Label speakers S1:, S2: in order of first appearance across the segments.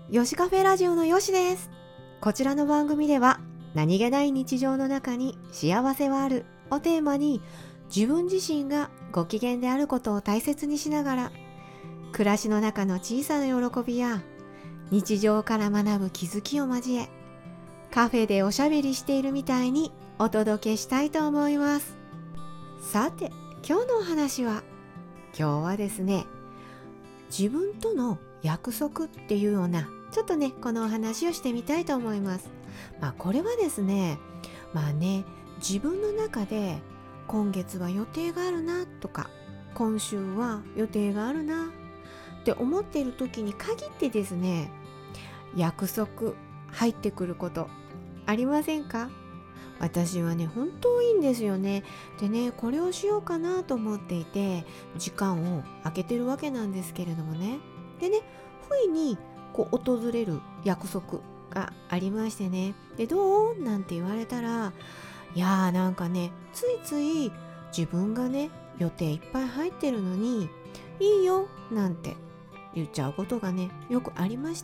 S1: よしカフェラジオのよしです。こちらの番組では何気ない日常の中に幸せはあるをテーマに、自分自身がご機嫌であることを大切にしながら、暮らしの中の小さな喜びや日常から学ぶ気づきを交え、カフェでおしゃべりしているみたいにお届けしたいと思います。さて、今日のお話は、今日はですね、自分との約束っていうような、ちょっとねこのお話をしてみたいと思います。これはですね、自分の中で今月は予定があるなとか、今週は予定があるなって思っている時に限ってですね、約束入ってくることありませんか？私はね、本当いいんですよね。でね、これをしようかなと思っていて時間を空けてるわけなんですけれどもね。でね、不意に訪れる約束がありましてね。で、どうなんて言われたら、いやーなんかね、ついつい自分がね予定いっぱい入ってるのにいいよなんて言っちゃうことがねよくありまして、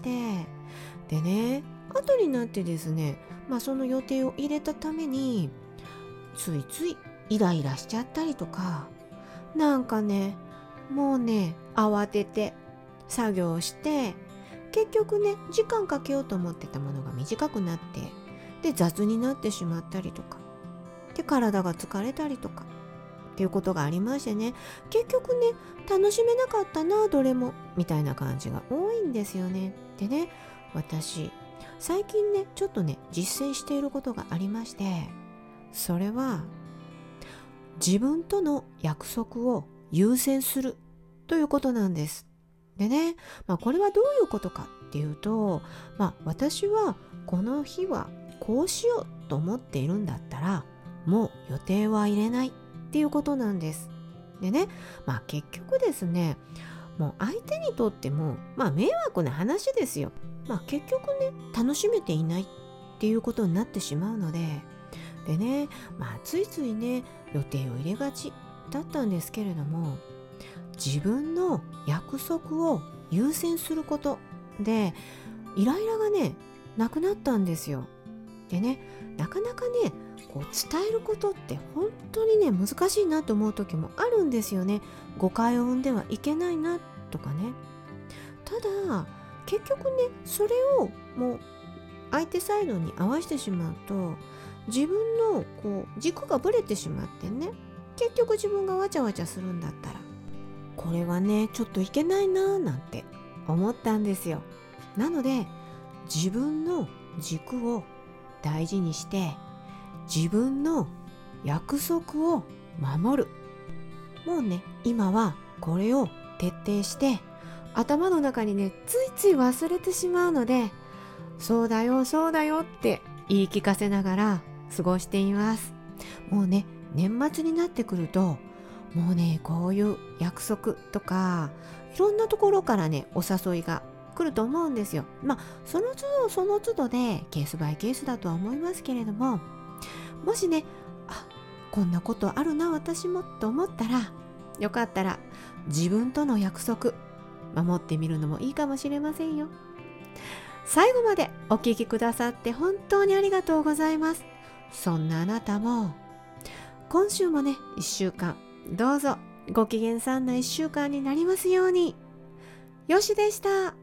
S1: でね、後になってですね、その予定を入れたためについついイライラしちゃったりとか、なんかね、もうね慌てて作業して結局ね時間かけようと思ってたものが短くなって、で雑になってしまったりとか、で体が疲れたりとかっていうことがありましてね、結局ね楽しめなかったなどれもみたいな感じが多いんですよね。でね、私最近ねちょっとね実践していることがありまして、それは自分との約束を優先するということなんです。でね、これはどういうことかっていうと、私はこの日はこうしようと思っているんだったら、もう予定は入れないっていうことなんです。でね、結局ですね、もう相手にとっても迷惑な話ですよ。結局ね楽しめていないっていうことになってしまうので、でね、ついついね予定を入れがちだったんですけれども、自分の約束を優先することでイライラがねなくなったんですよ。でね、なかなかね伝えることって本当にね難しいなと思う時もあるんですよね。誤解を生んではいけないなとかね。ただ結局ねそれをもう相手サイドに合わせてしまうと、自分の軸がぶれてしまってね、結局自分がわちゃわちゃするんだったら、これはねちょっといけないななんて思ったんですよ。なので自分の軸を大事にして自分の約束を守る。もうね今はこれを徹底して頭の中にねついつい忘れてしまうので、そうだよそうだよって言い聞かせながら過ごしています。もうね年末になってくると、もうねこういう約束とかいろんなところからねお誘いが来ると思うんですよ。その都度その都度でケースバイケースだとは思いますけれども、もしねこんなことあるな私もと思ったら、よかったら自分との約束守ってみるのもいいかもしれませんよ。最後までお聞きくださって本当にありがとうございます。そんなあなたも今週もね1週間どうぞご機嫌さんな1週間になりますように。よしでした。